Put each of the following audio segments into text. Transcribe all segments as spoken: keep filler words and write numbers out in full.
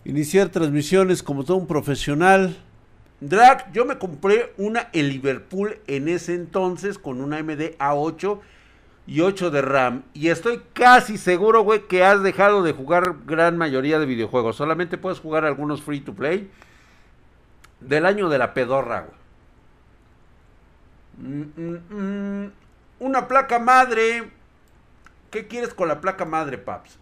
Iniciar transmisiones como todo un profesional. Drag, yo me compré una en Liverpool en ese entonces con una A M D A ocho y ocho de RAM. Y estoy casi seguro, güey, que has dejado de jugar gran mayoría de videojuegos. Solamente puedes jugar algunos free to play del año de la pedorra, güey. Mm, mm, mm. Una placa madre. ¿Qué quieres con la placa madre, paps?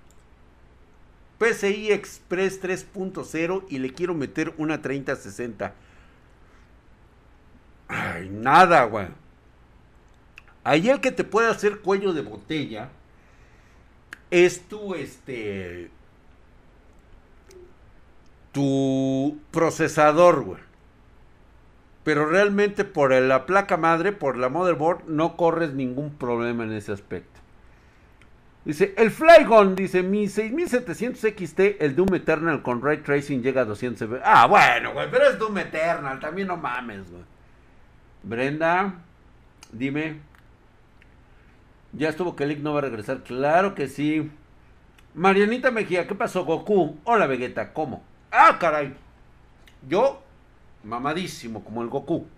P C I Express tres punto cero y le quiero meter una treinta sesenta. Ay, nada, güey. Ahí el que te puede hacer cuello de botella es tu, este, tu procesador, güey. Pero realmente por la placa madre, por la motherboard, no corres ningún problema en ese aspecto. Dice, el Flygon, dice, mi seis mil setecientos X T, el Doom Eternal con Ray Tracing llega a doscientos F P S. Ah, bueno, güey, pero es Doom Eternal, también no mames, güey. Brenda, dime. Ya estuvo que Lick no va a regresar. Claro que sí. Marianita Mejía, ¿qué pasó, Goku? Hola, Vegeta, ¿cómo? Ah, caray. Yo, mamadísimo, como el Goku.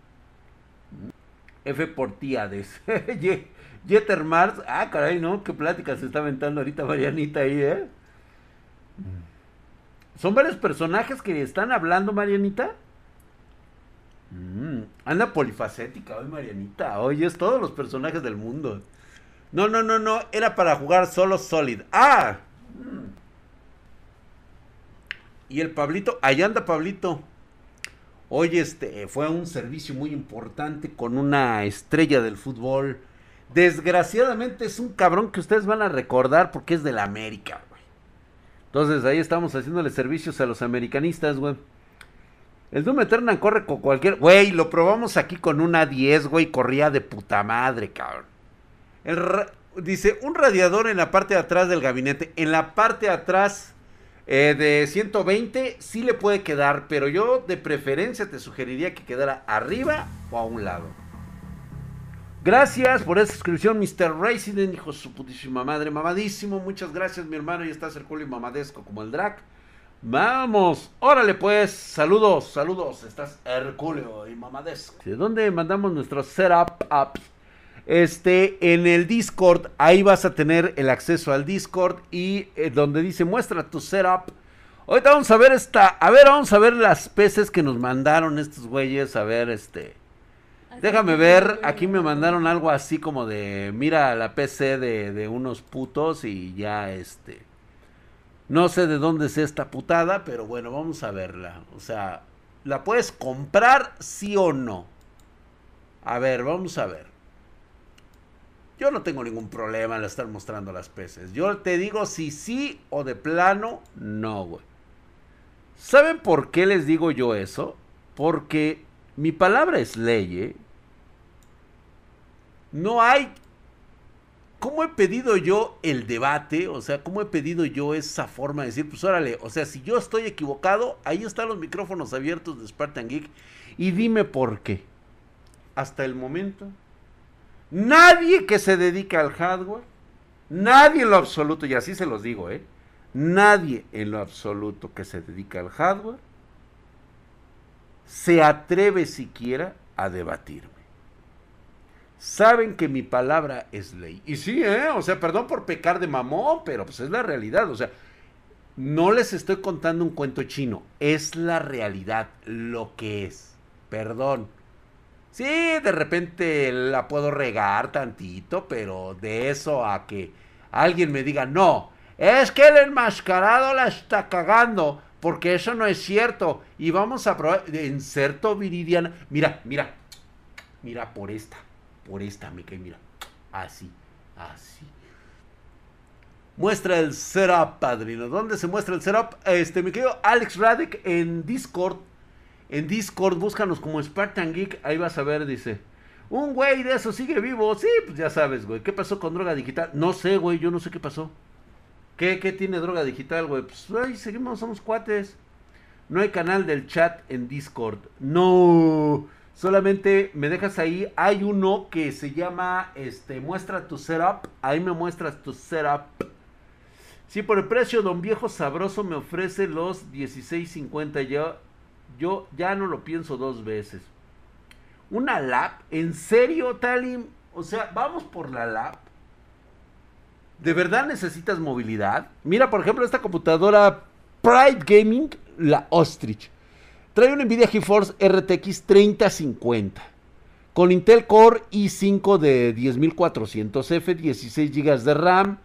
F por Tíades. Jeter Mars. Ah, caray, ¿no? Qué plática se está aventando ahorita Marianita ahí, ¿eh? Son varios personajes que están hablando, Marianita. Mm, anda polifacética hoy, Marianita. Hoy es todos los personajes del mundo. No, no, no, no. Era para jugar solo Solid. ¡Ah! Mm. Y el Pablito. Allá anda Pablito. Hoy este fue un servicio muy importante con una estrella del fútbol. Desgraciadamente es un cabrón que ustedes van a recordar porque es de la América, güey. Entonces ahí estamos haciéndole servicios a los americanistas, güey. El Doom Eternal corre con cualquier... Güey, lo probamos aquí con una diez, güey. Corría de puta madre, cabrón. El ra... Dice, un radiador en la parte de atrás del gabinete. En la parte de atrás eh, de ciento veinte sí le puede quedar. Pero yo de preferencia te sugeriría que quedara arriba o a un lado. Gracias por esa suscripción, mister Resident, hijo de su putísima madre. Mamadísimo, muchas gracias, mi hermano. Ya estás Herculeo y mamadesco como el Drac. Vamos, órale pues, saludos, saludos, estás Herculeo y mamadesco. ¿De dónde mandamos nuestros setup apps? Este, en el Discord, ahí vas a tener el acceso al Discord y eh, donde dice muestra tu setup. Ahorita vamos a ver esta, a ver, vamos a ver las P Cs que nos mandaron estos güeyes, a ver, este... Déjame ver, aquí me mandaron algo así como de, mira la P C de, de unos putos y ya este... No sé de dónde es esta putada, pero bueno, vamos a verla. O sea, ¿la puedes comprar sí o no? A ver, vamos a ver. Yo no tengo ningún problema en estar mostrando las P Cs. Yo te digo si sí o de plano no, güey. ¿Saben por qué les digo yo eso? Porque mi palabra es ley, ¿eh? No hay... ¿Cómo he pedido yo el debate? O sea, ¿cómo he pedido yo esa forma de decir, pues órale, o sea, si yo estoy equivocado, ahí están los micrófonos abiertos de Spartan Geek y dime por qué. Hasta el momento, nadie que se dedica al hardware, nadie en lo absoluto, y así se los digo, ¿eh? Nadie en lo absoluto que se dedica al hardware se atreve siquiera a debatir. Saben que mi palabra es ley. Y sí, ¿eh? O sea, perdón por pecar de mamón, pero pues es la realidad. O sea, no les estoy contando un cuento chino. Es la realidad, lo que es. Perdón. Sí, de repente la puedo regar tantito, pero de eso a que alguien me diga, no, es que el enmascarado la está cagando, porque eso no es cierto. Y vamos a probar, inserto viridiana. Mira, mira, mira por esta. Por esta me cae, mira. Así, así. Muestra el setup, padrino. ¿Dónde se muestra el setup? Este, mi querido Alex Radek en Discord. En Discord, búscanos como Spartan Geek. Ahí vas a ver, dice. Un güey de eso sigue vivo. Sí, pues ya sabes, güey. ¿Qué pasó con droga digital? No sé, güey. Yo no sé qué pasó. ¿Qué, qué tiene droga digital, güey? Pues, güey, seguimos, somos cuates. No hay canal del chat en Discord. No. Solamente me dejas ahí. Hay uno que se llama este, muestra tu setup. Ahí me muestras tu setup. Sí, por el precio, don viejo sabroso me ofrece los dieciséis cincuenta. Yo, yo ya no lo pienso dos veces. ¿Una lap? ¿En serio, Talim? O sea, vamos por la lap. ¿De verdad necesitas movilidad? Mira, por ejemplo, esta computadora Pride Gaming, la Ostrich. Trae una Nvidia GeForce R T X treinta cincuenta. Con Intel Core i cinco de diez mil cuatrocientos F, dieciséis gigas de RAM.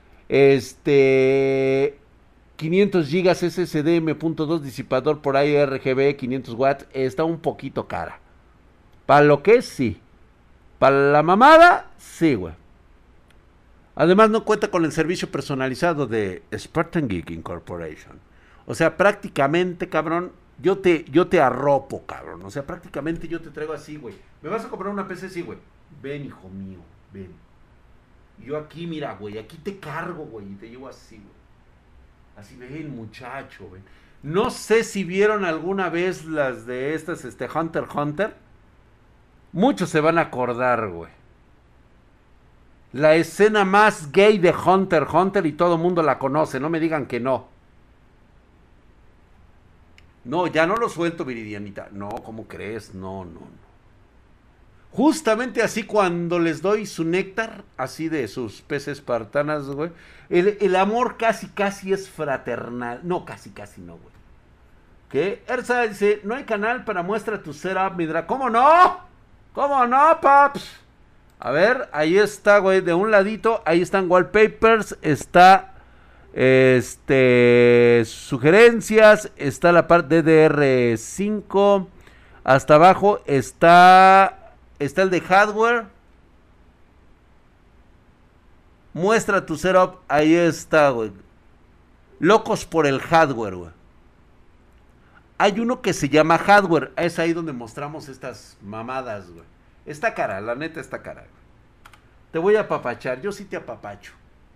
Este... quinientos gigas S S D M punto dos, disipador por ahí R G B, quinientos watts. Está un poquito cara. Para lo que es, sí. Para la mamada, sí, güey. Además no cuenta con el servicio personalizado de Spartan Geek Incorporation. O sea, prácticamente, cabrón, yo te, yo te arropo, cabrón. O sea, prácticamente yo te traigo así, güey. ¿Me vas a comprar una P C? Sí, güey. Ven, hijo mío, ven. Yo aquí, mira, güey, aquí te cargo, güey, y te llevo así, güey. Así, ven, muchacho, ven. No sé si vieron alguna vez las de estas, este, Hunter x Hunter. Muchos se van a acordar, güey. La escena más gay de Hunter x Hunter y todo el mundo la conoce, no me digan que no. No, ya no lo suelto, Viridianita. No, ¿cómo crees? No, no, no. Justamente así cuando les doy su néctar, así de sus peces espartanas, güey. El, el amor casi, casi es fraternal. No, casi, casi no, güey. ¿Qué? Erza dice, no hay canal para muestra tu setup, Midra. ¿Cómo no? ¿Cómo no, paps? A ver, ahí está, güey, de un ladito, ahí están wallpapers, está, este, sugerencias, está la parte D D R cinco, hasta abajo está, está el de hardware, muestra tu setup, ahí está, güey, locos por el hardware, güey. Hay uno que se llama hardware, es ahí donde mostramos estas mamadas, güey. Está cara, la neta está cara. Te voy a apapachar, yo sí te apapacho.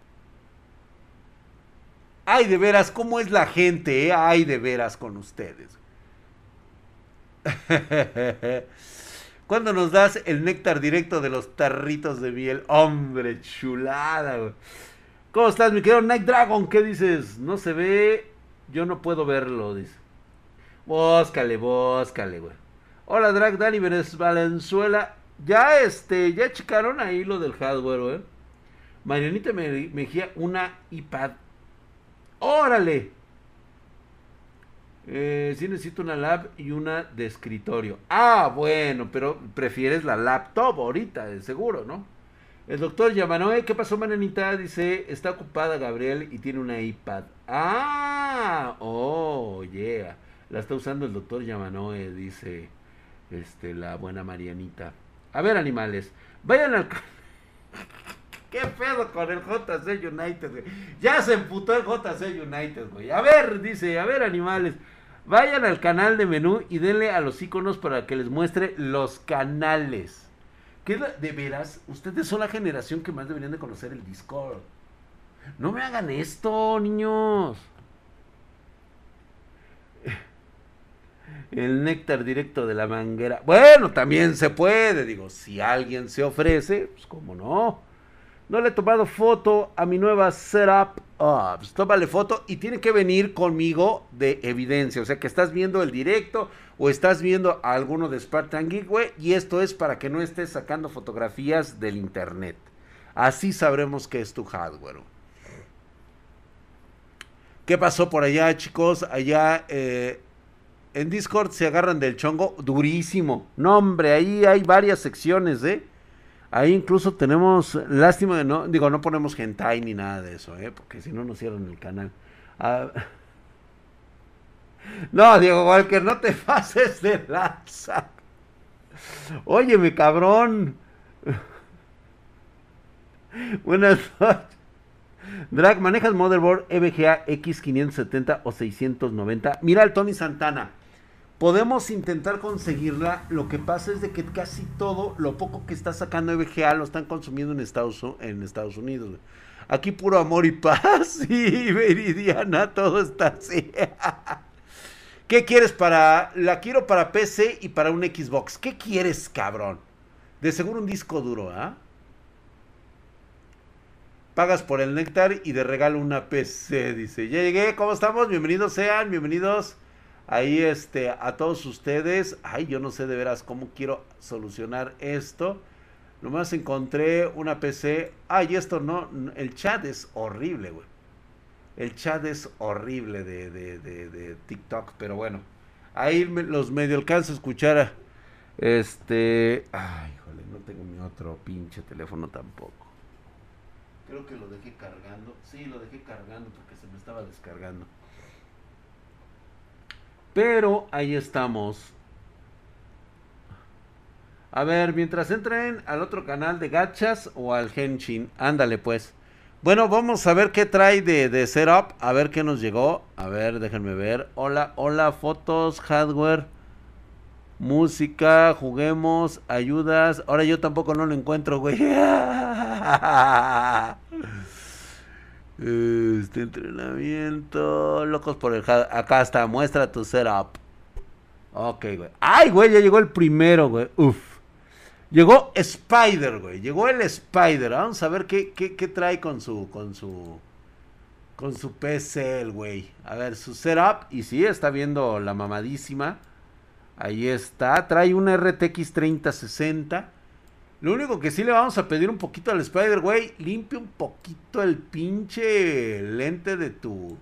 Ay, de veras, ¿cómo es la gente, eh? Ay, de veras con ustedes. ¿Cuándo nos das el néctar directo de los tarritos de miel? Hombre, chulada, güey. ¿Cómo estás, mi querido Night Dragon? ¿Qué dices? No se ve, yo no puedo verlo, dice. Bóscale, bóscale, güey. Hola, Drag Dani Valenzuela. Ya, este, ya checaron ahí lo del hardware, güey. Marianita Mejía, una iPad. ¡Órale! Eh, sí necesito una lab y una de escritorio. Ah, bueno, pero prefieres la laptop ahorita, de seguro, ¿no? El doctor Yamanoe, ¿qué pasó, Marianita? Dice, está ocupada Gabriel y tiene una iPad. Ah, oh, yeah. La está usando el doctor Yamanoe, dice este, la buena Marianita. A ver, animales, vayan al... ¿Qué pedo con el J C United, güey? Ya se emputó el J C United, güey. A ver, dice, a ver, animales, vayan al canal de menú y denle a los iconos para que les muestre los canales. ¿Qué de veras? Ustedes son la generación que más deberían de conocer el Discord. No me hagan esto, niños. El néctar directo de la manguera. Bueno, también se puede, digo, si alguien se ofrece, pues cómo no. No le he tomado foto a mi nueva setup. Oh, pues tómale foto y tiene que venir conmigo de evidencia. O sea, que estás viendo el directo o estás viendo a alguno de Spartan Geek, güey. Y esto es para que no estés sacando fotografías del internet. Así sabremos que es tu hardware. ¿Qué pasó por allá, chicos? Allá eh, en Discord se agarran del chongo durísimo. No, hombre, ahí hay varias secciones, ¿eh? Ahí incluso tenemos, lástima de no, digo, no ponemos hentai ni nada de eso, ¿eh? Porque si no nos cierran el canal. Ah, no, Diego Walker, no te pases de lanza. Óyeme, cabrón. Buenas noches. Drag, ¿manejas motherboard E V G A X quinientos setenta o seiscientos noventa? Mira el Tony Santana. Podemos intentar conseguirla. Lo que pasa es de que casi todo, lo poco que está sacando E V G A lo están consumiendo en Estados, en Estados Unidos. Aquí puro amor y paz. Sí, Veridiana, todo está así. ¿Qué quieres para...? La quiero para P C y para un Xbox. ¿Qué quieres, cabrón? De seguro un disco duro, ¿ah? ¿eh? pagas por el néctar y de regalo una P C, dice. Ya llegué, ¿cómo estamos? Bienvenidos sean, bienvenidos ahí este, a todos ustedes. Ay, yo no sé de veras cómo quiero solucionar esto. Nomás encontré una P C. Ay, esto no, el chat es horrible, güey. El chat es horrible de, de, de, de TikTok, pero bueno. Ahí me, los medio alcanzo a escuchar a, este... Ay, híjole, no tengo mi otro pinche teléfono tampoco. Creo que lo dejé cargando. Sí, lo dejé cargando porque se me estaba descargando. Pero ahí estamos. A ver, mientras entren al otro canal de Gachas o al Henshin. Ándale pues. Bueno, vamos a ver qué trae de, de setup. A ver qué nos llegó. A ver, déjenme ver. Hola, hola, fotos, hardware, música, juguemos, ayudas. Ahora yo tampoco no lo encuentro, güey. Este entrenamiento. Locos por el hardware. Acá está, muestra tu setup. Ok, güey. Ay, güey, ya llegó el primero, güey. Uf. Llegó Spider, güey. Llegó el Spider. Vamos a ver qué, qué, qué trae con su, con su, con su P C, el güey. A ver, su setup. Y sí, está viendo la mamadísima. Ahí está. Trae un R T X treinta sesenta. Lo único que sí le vamos a pedir un poquito al Spider, güey. Limpia un poquito el pinche lente de tu,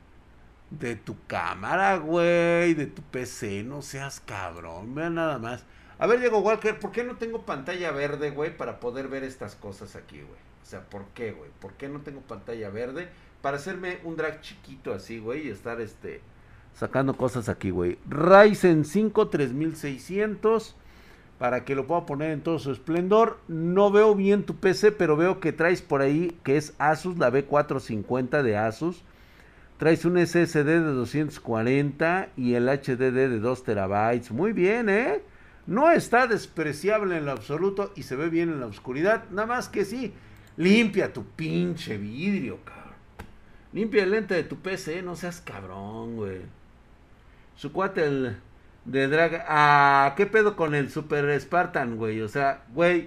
de tu cámara, güey. De tu P C. No seas cabrón. Vean nada más. A ver, Diego Walker, ¿por qué no tengo pantalla verde, güey, para poder ver estas cosas aquí, güey? O sea, ¿por qué, güey? ¿Por qué no tengo pantalla verde? Para hacerme un drag chiquito así, güey, y estar, este, sacando cosas aquí, güey. Ryzen cinco tres mil seiscientos, para que lo pueda poner en todo su esplendor. No veo bien tu P C, pero veo que traes por ahí, que es Asus, la B cuatrocientos cincuenta de Asus. Traes un S S D de doscientos cuarenta y el H D D de dos terabytes. Muy bien, ¿eh? No está despreciable en lo absoluto y se ve bien en la oscuridad. Nada más que sí, limpia tu pinche vidrio, cabrón. Limpia el lente de tu P C, no seas cabrón, güey. Su cuate el de drag... Ah, ¿qué pedo con el Super Spartan, güey? O sea, güey,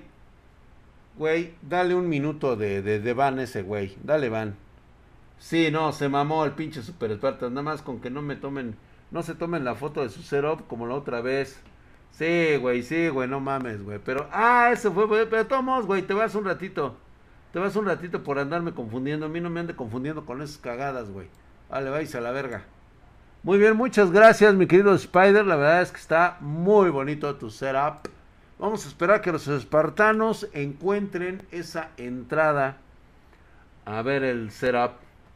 güey, dale un minuto de, de, de van ese güey. Dale van. Sí, no, se mamó el pinche Super Spartan. Nada más con que no me tomen, no se tomen la foto de su setup como la otra vez. Sí, güey, sí, güey, no mames, güey. Pero, ah, eso fue, güey. Pero tomos, güey, te vas un ratito. Te vas un ratito por andarme confundiendo. A mí no me ande confundiendo con esas cagadas, güey. Vale, vais a la verga. Muy bien, muchas gracias, mi querido Spider. La verdad es que está muy bonito tu setup. Vamos a esperar que los espartanos encuentren esa entrada. A ver el setup.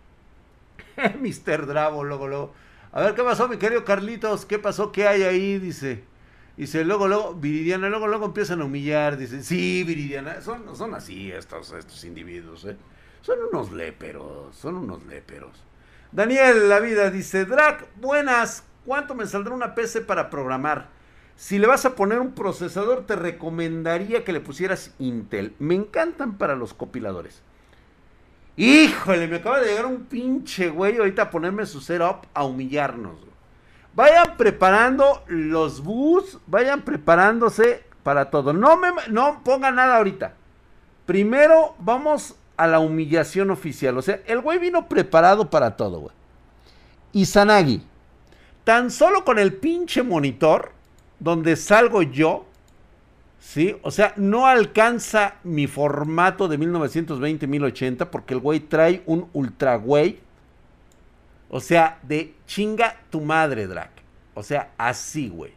mister Dravo, luego, luego. A ver, ¿qué pasó, mi querido Carlitos? ¿Qué pasó? ¿Qué hay ahí? Dice... Dice, luego, luego, Viridiana, luego, luego empiezan a humillar. Dice, sí, Viridiana, son, son así estos, estos individuos, ¿eh? Son unos léperos, son unos léperos. Daniel, la vida, dice, Drac, buenas, ¿cuánto me saldrá una P C para programar? Si le vas a poner un procesador, te recomendaría que le pusieras Intel. Me encantan para los compiladores. Híjole, me acaba de llegar un pinche güey ahorita a ponerme su setup a humillarnos, güey. Vayan preparando los bus, vayan preparándose para todo. No me no pongan nada ahorita. Primero vamos a la humillación oficial. O sea, el güey vino preparado para todo, güey. Izanagi, tan solo con el pinche monitor donde salgo yo, ¿sí? O sea, no alcanza mi formato de mil novecientos veinte mil ochenta porque el güey trae un ultra güey. O sea, de chinga tu madre, Drac. O sea, así, güey.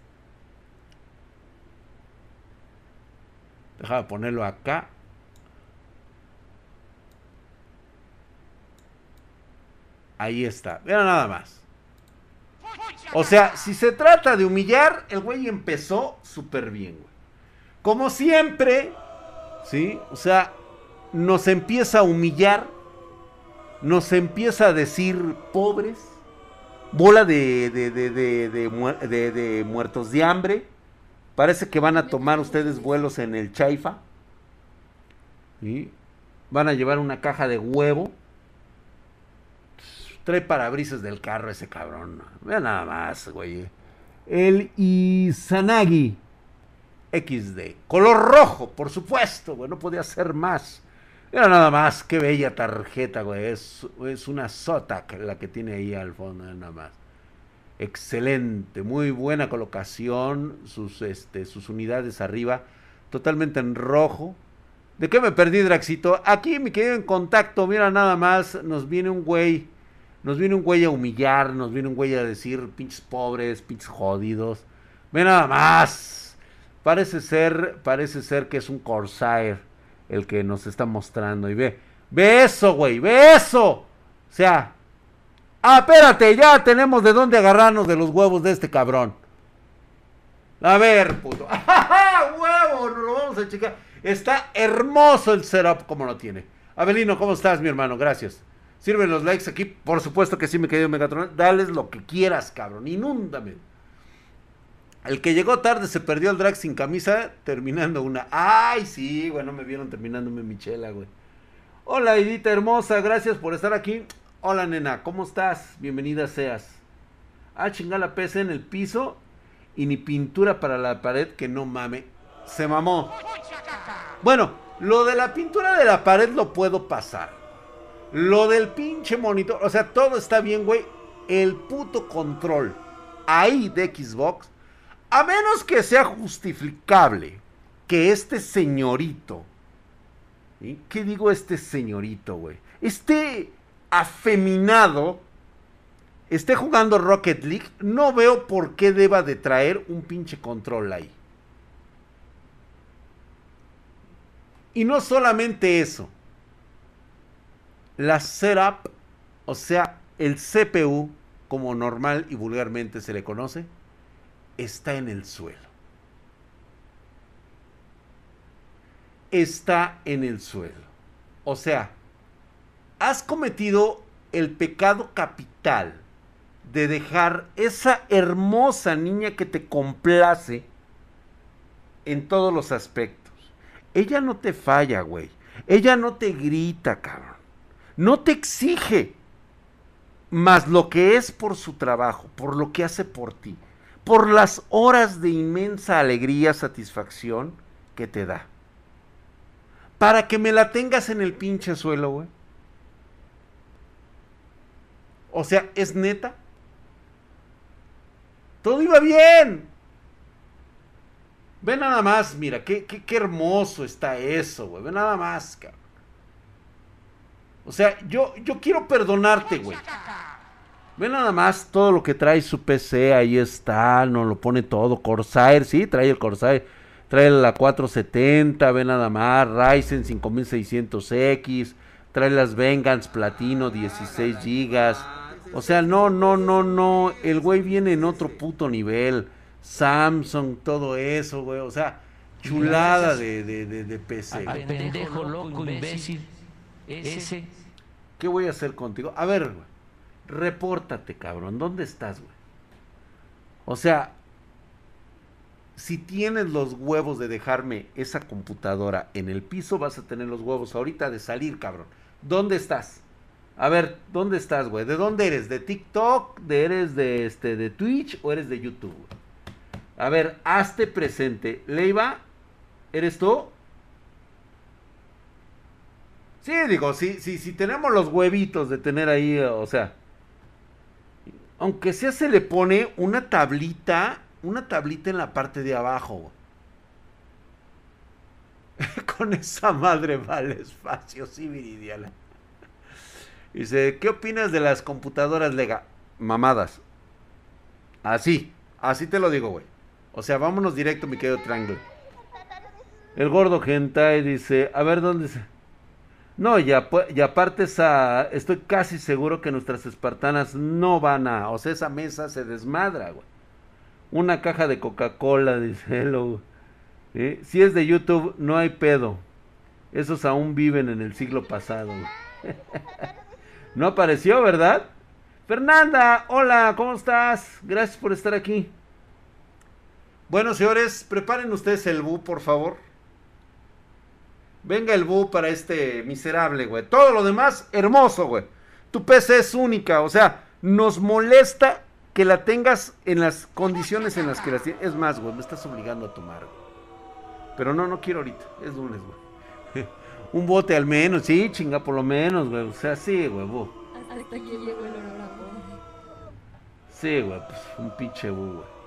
Déjame ponerlo acá. Ahí está. Mira nada más. O sea, si se trata de humillar, el güey empezó súper bien, güey. Como siempre, ¿sí? O sea, nos empieza a humillar. Nos empieza a decir pobres, bola de, de, de, de, de, de, de muertos de hambre. Parece que van a tomar ustedes vuelos en el Chaifa. ¿Sí? Van a llevar una caja de huevo. Trae parabrisas del carro ese cabrón. Vean nada más, güey. El Izanagi X D. Color rojo, por supuesto, güey. No podía ser más. Mira nada más, qué bella tarjeta, güey. Es, es una Zotac la que tiene ahí al fondo, nada más. Excelente, muy buena colocación. Sus, este, sus unidades arriba, totalmente en rojo. ¿De qué me perdí, Draxito? Aquí, mi querido en contacto, mira nada más. Nos viene un güey. Nos viene un güey a humillar. Nos viene un güey a decir, pinches pobres, pinches jodidos. Ve nada más. Parece ser, parece ser que es un Corsair el que nos está mostrando. Y ve, ve eso, güey, ve eso. O sea, ah, espérate, ya tenemos de dónde agarrarnos de los huevos de este cabrón. A ver, puto. ¡Ah, huevo! Nos lo vamos a checar. Está hermoso el setup como lo tiene. Abelino, ¿cómo estás, mi hermano? Gracias. Sirven los likes aquí. Por supuesto que sí, me querido Megatron. Dales lo que quieras, cabrón. Inúndame. El que llegó tarde se perdió el drag sin camisa, terminando una. Ay, sí, güey, no me vieron terminándome mi chela, güey. Hola, Edita hermosa, gracias por estar aquí. Hola, nena, ¿cómo estás? Bienvenida seas. Ah, chingar la P C en el piso y ni pintura para la pared, que no mame. Se mamó. Bueno, lo de la pintura de la pared lo puedo pasar. Lo del pinche monitor, o sea, todo está bien, güey. El puto control ahí de Xbox, a menos que sea justificable que este señorito, ¿sí? ¿Qué digo este señorito, güey? Este afeminado esté jugando Rocket League, no veo por qué deba de traer un pinche control ahí. Y no solamente eso, la setup, o sea, el C P U, como normal y vulgarmente se le conoce, está en el suelo. Está en el suelo. O sea, has cometido el pecado capital de dejar esa hermosa niña que te complace en todos los aspectos. Ella no te falla, güey. Ella no te grita, cabrón. No te exige. Más lo que es por su trabajo, por lo que hace por ti, por las horas de inmensa alegría, satisfacción que te da. Para que me la tengas en el pinche suelo, güey. O sea, ¿es neta? Todo iba bien. Ve nada más, mira, qué, qué, qué hermoso está eso, güey. Ve nada más, cabrón. O sea, yo, yo quiero perdonarte, güey. Ve nada más todo lo que trae su P C, ahí está, no lo pone todo. Corsair, sí, trae el Corsair. Trae la cuatrocientos setenta, ve nada más. Ryzen cinco mil seiscientos X. Trae las Vengeance Platino dieciséis gigas. O sea, no, no, no, no. El güey viene en otro puto nivel. Samsung, todo eso, güey. O sea, chulada de, de, de, de P C. Al pendejo, loco, imbécil. Ese. ¿Qué voy a hacer contigo? A ver, güey. Repórtate, cabrón. ¿Dónde estás, güey? O sea, si tienes los huevos de dejarme esa computadora en el piso, vas a tener los huevos ahorita de salir, cabrón. ¿Dónde estás? A ver, ¿dónde estás, güey? ¿De dónde eres? ¿De TikTok? ¿De eres de este de Twitch o eres de YouTube, güey? A ver, hazte presente. Leiva, ¿eres tú? Sí, digo, si, si, si tenemos los huevitos de tener ahí, o sea, aunque sea se le pone una tablita, una tablita en la parte de abajo. Con esa madre vale espacio, sí, Viridiana. Dice, ¿qué opinas de las computadoras Lega? Mamadas. Así, así te lo digo, güey. O sea, vámonos directo, mi querido Triangle. El gordo hentai dice, a ver dónde se... No, y, ap y aparte esa, estoy casi seguro que nuestras espartanas no van a... O sea, esa mesa se desmadra, güey. Una caja de Coca-Cola, dice Hello. ¿Sí? Si es de YouTube, no hay pedo. Esos aún viven en el siglo pasado, güey. No apareció, ¿verdad? Fernanda, hola, ¿cómo estás? Gracias por estar aquí. Bueno, señores, preparen ustedes el bu, por favor. Venga el bu para este miserable, güey. Todo lo demás, hermoso, güey. Tu P C es única, o sea, nos molesta que la tengas en las condiciones en las que las tienes. Es más, güey, me estás obligando a tomar, güey. Pero no, no quiero ahorita, es lunes, güey. Un bote al menos, sí, chinga, por lo menos, güey. O sea, sí, güey. bu. Hasta aquí llegó el olor a pobre. Sí, güey, pues un pinche bu, güey.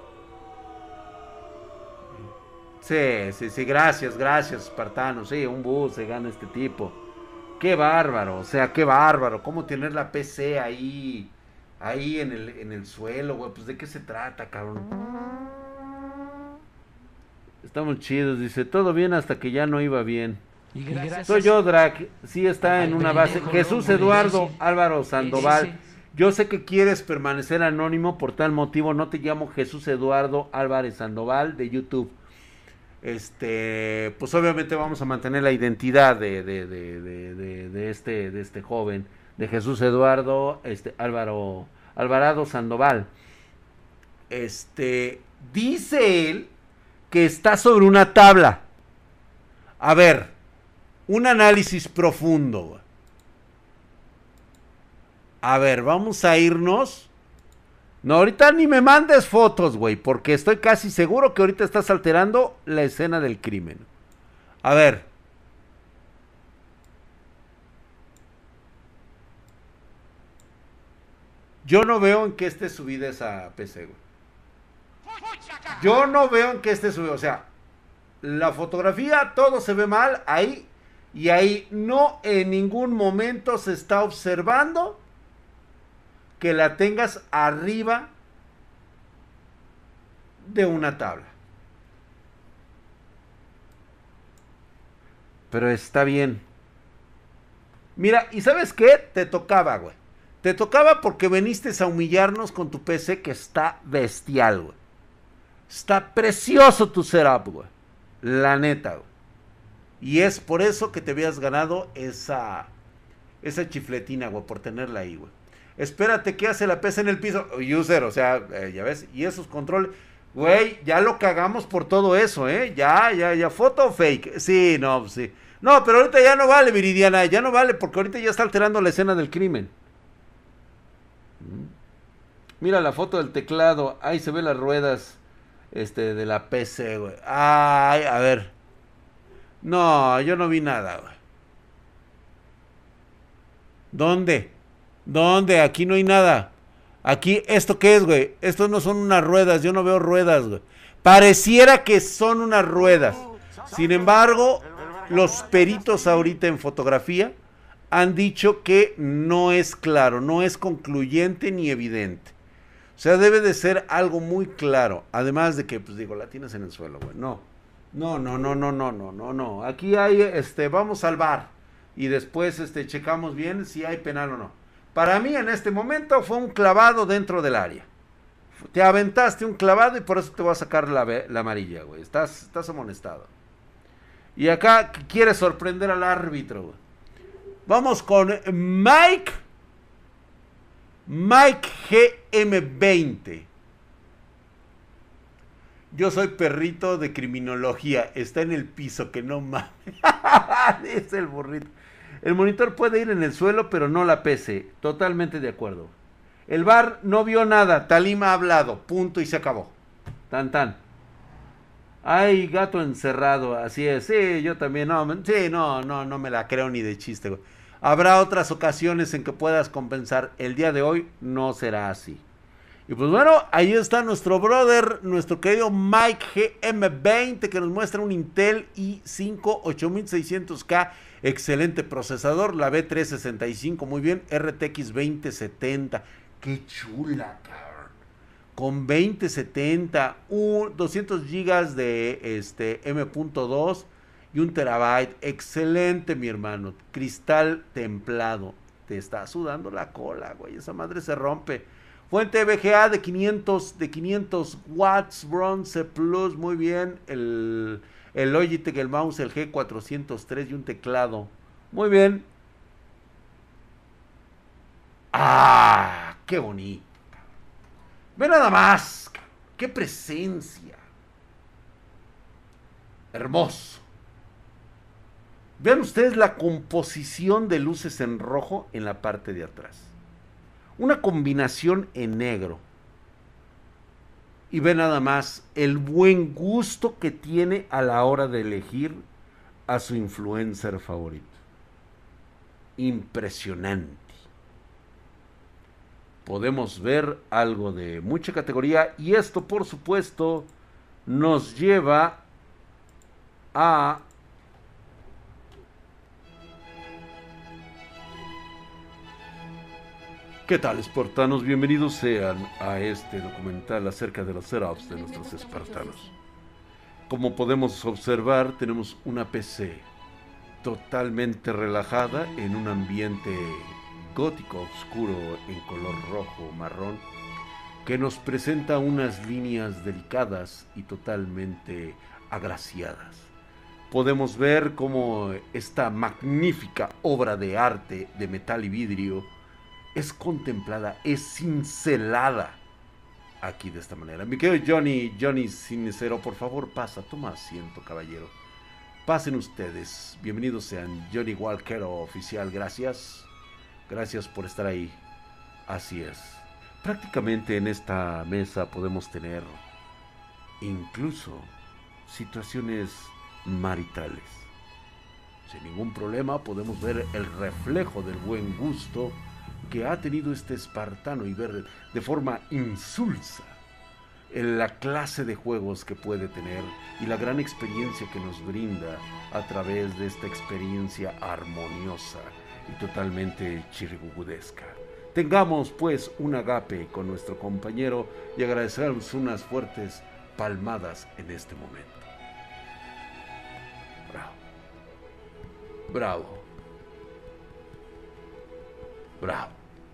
Sí, sí, sí, gracias, gracias, espartano. Sí, un bus se gana este tipo. Qué bárbaro, o sea, qué bárbaro. ¿Cómo tener la P C ahí, ahí en el, en el suelo, güey? Pues de qué se trata, cabrón. Estamos chidos, dice, todo bien hasta que ya no iba bien. Y gracias Soy yo, Drac, sí está en una base. Jesús Eduardo Álvaro Sandoval. Yo sé que quieres permanecer anónimo, por tal motivo no te llamo Jesús Eduardo Álvarez Sandoval de YouTube. Este, pues obviamente vamos a mantener la identidad de, de, de, de, de, de este, de este joven, de Jesús Eduardo este, Álvaro Alvarado Sandoval. Este, dice él que está sobre una tabla. A ver, un análisis profundo. A ver, vamos a irnos. No, ahorita ni me mandes fotos, güey, porque estoy casi seguro que ahorita estás alterando la escena del crimen. A ver. Yo no veo en qué esté subida esa P C, güey. Yo no veo en qué esté subida, o sea, la fotografía, todo se ve mal ahí, y ahí no en ningún momento se está observando que la tengas arriba de una tabla. Pero está bien. Mira, ¿y sabes qué? Te tocaba, güey. Te tocaba porque viniste a humillarnos con tu P C que está bestial, güey. Está precioso tu setup, güey. La neta, güey. Y es por eso que te habías ganado esa, esa chifletina, güey, por tenerla ahí, güey. Espérate, ¿qué hace la P C en el piso? User, o sea, eh, ya ves, y esos controles, güey, ya lo cagamos por todo eso, ¿eh? Ya, ya, ya, foto fake, sí, no, sí. No, pero ahorita ya no vale, Viridiana, ya no vale, porque ahorita ya está alterando la escena del crimen. Mira la foto del teclado, ahí se ven las ruedas, este, de la P C, güey. Ay, a ver. No, yo no vi nada, güey. ¿Dónde? ¿Dónde? Aquí no hay nada. Aquí, ¿esto qué es, güey? Estos no son unas ruedas, yo no veo ruedas, güey. Pareciera que son unas ruedas. Sin embargo, los peritos ahorita en fotografía han dicho que no es claro, no es concluyente ni evidente. O sea, debe de ser algo muy claro. Además de que, pues digo, la tienes en el suelo, güey. No. No, no, no, no, no, no, no, no. Aquí hay, este, vamos al bar. Y después, este, checamos bien si hay penal o no. Para mí, en este momento, fue un clavado dentro del área. Te aventaste un clavado y por eso te voy a sacar la, la amarilla, güey. Estás, estás amonestado. Y acá quieres sorprender al árbitro, güey. Vamos con Mike. Mike G M veinte. Yo soy perrito de criminología. Está en el piso, que no mames. Es el burrito. El monitor puede ir en el suelo, pero no la P C. Totalmente de acuerdo. El V A R no vio nada. Talima ha hablado. Punto y se acabó. Tan tan. Ay, gato encerrado. Así es. Sí, yo también. No, sí, no, no, no me la creo ni de chiste, güey. Habrá otras ocasiones en que puedas compensar. El día de hoy no será así. Y pues bueno, ahí está nuestro brother, nuestro querido Mike G M veinte, que nos muestra un Intel i cinco ocho mil seiscientos K. Excelente procesador, la B trescientos sesenta y cinco, muy bien. R T X veinte setenta. Qué chula, cabrón. Con veinte setenta, un, doscientos gigas de este, M punto dos y un terabyte. Excelente, mi hermano. Cristal templado. Te está sudando la cola, güey. Esa madre se rompe. Fuente V G A de quinientos, de quinientos watts, Bronze Plus, muy bien. El, el Logitech, el mouse, el G cuatrocientos tres y un teclado. Muy bien. ¡Ah! ¡Qué bonito! Ve nada más. ¡Qué presencia! Hermoso. Vean ustedes la composición de luces en rojo en la parte de atrás. Una combinación en negro. Y ve nada más el buen gusto que tiene a la hora de elegir a su influencer favorito. Impresionante. Podemos ver algo de mucha categoría y esto, por supuesto, nos lleva a ¿qué tal, espartanos? Bienvenidos sean a este documental acerca de los setups de nuestros espartanos. Como podemos observar, tenemos una P C totalmente relajada en un ambiente gótico oscuro en color rojo marrón que nos presenta unas líneas delicadas y totalmente agraciadas. Podemos ver cómo esta magnífica obra de arte de metal y vidrio es contemplada, es cincelada aquí de esta manera. Mi querido Johnny, Johnny Sinicero, por favor pasa, toma asiento, caballero. Pasen ustedes, bienvenidos sean. Johnny Walker oficial, gracias. Gracias por estar ahí. Así es. Prácticamente en esta mesa podemos tener incluso situaciones maritales. Sin ningún problema podemos ver el reflejo del buen gusto que ha tenido este espartano y ver de forma insulsa en la clase de juegos que puede tener y la gran experiencia que nos brinda a través de esta experiencia armoniosa y totalmente chirigugudesca. Tengamos pues un agape con nuestro compañero y agradecemos unas fuertes palmadas en este momento. Bravo. Bravo. Bravo.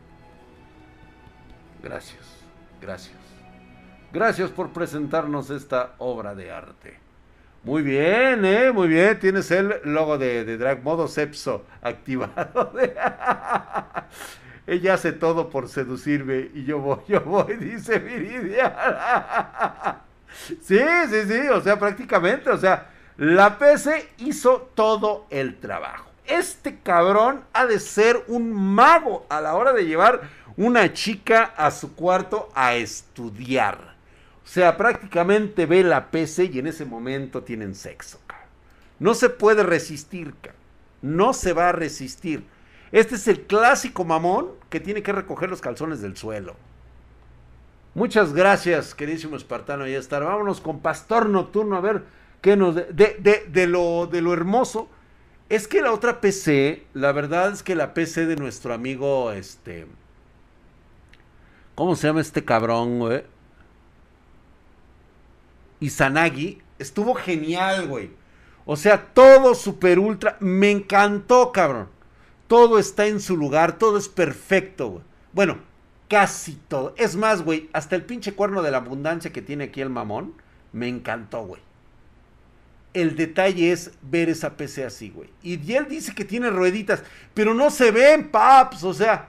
Gracias, gracias. Gracias por presentarnos esta obra de arte. Muy bien, eh, muy bien. Tienes el logo de, de Drag Modo Cepso activado. Ella hace todo por seducirme y yo voy, yo voy, dice Viridia. Sí, sí, sí, o sea, prácticamente, o sea, la P C hizo todo el trabajo. Este cabrón ha de ser un mago a la hora de llevar una chica a su cuarto a estudiar. O sea, prácticamente ve la P C y en ese momento tienen sexo, cabrón. No se puede resistir, cabrón. No se va a resistir. Este es el clásico mamón que tiene que recoger los calzones del suelo. Muchas gracias, queridísimo espartano. Ya está. Vámonos con Pastor Nocturno a ver qué nos... De, de, de, de, lo, de lo hermoso. Es que la otra P C, la verdad es que la P C de nuestro amigo, este... ¿cómo se llama este cabrón, güey? Izanagi, estuvo genial, güey. O sea, todo super ultra, me encantó, cabrón. Todo está en su lugar, todo es perfecto, güey. Bueno, casi todo. Es más, güey, hasta el pinche cuerno de la abundancia que tiene aquí el mamón, me encantó, güey. El detalle es ver esa P C así, güey. Y él dice que tiene rueditas, pero no se ven, paps. O sea,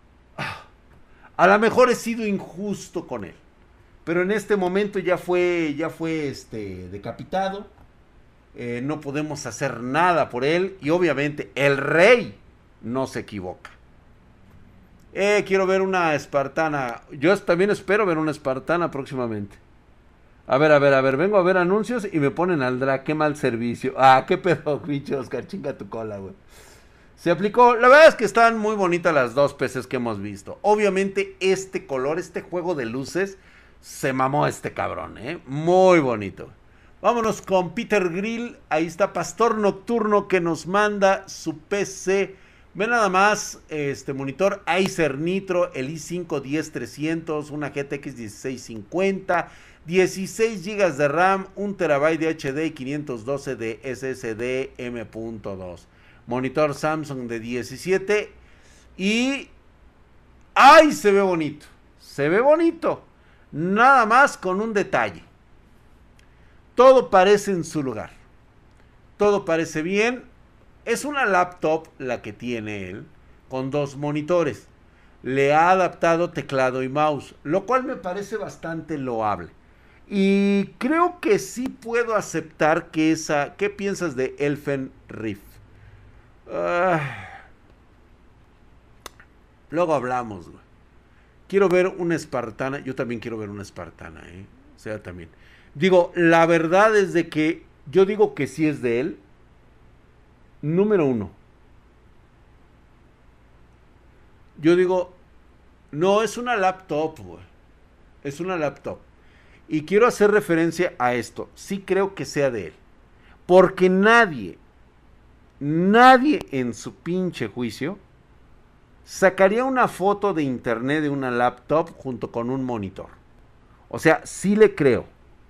a lo mejor he sido injusto con él. Pero en este momento ya fue, ya fue este, decapitado. Eh, no podemos hacer nada por él. Y obviamente el rey no se equivoca. Eh, quiero ver una espartana. Yo también espero ver una espartana próximamente. A ver, a ver, a ver, vengo a ver anuncios y me ponen al drag, qué mal servicio. Ah, qué pedo, pinche Oscar, chinga tu cola, güey. Se aplicó, la verdad es que están muy bonitas las dos P Cs que hemos visto. Obviamente este color, este juego de luces, se mamó este cabrón, eh. Muy bonito. Vámonos con Peter Grill, ahí está Pastor Nocturno que nos manda su P C. Ve nada más, este monitor Acer Nitro, el i cinco diez trescientos, una G T X dieciséis cincuenta, dieciséis gigas de RAM, un terabyte de H D y quinientos doce de S S D M punto dos. Monitor Samsung de diecisiete y... ¡ay! Se ve bonito. Se ve bonito. Nada más con un detalle. Todo parece en su lugar. Todo parece bien. Es una laptop la que tiene él, con dos monitores. Le ha adaptado teclado y mouse, lo cual me parece bastante loable. Y creo que sí puedo aceptar que esa... ¿Qué piensas de Elfen Rift? Uh, luego hablamos, güey. Quiero ver una espartana. Yo también quiero ver una espartana, ¿eh? O sea, también. Digo, la verdad es de que yo digo que sí es de él. número uno. Yo digo, no es una laptop, güey. Es una laptop. Y quiero hacer referencia a esto. Sí creo que sea de él. Porque nadie, nadie en su pinche juicio sacaría una foto de internet de una laptop junto con un monitor. O sea, sí le creo.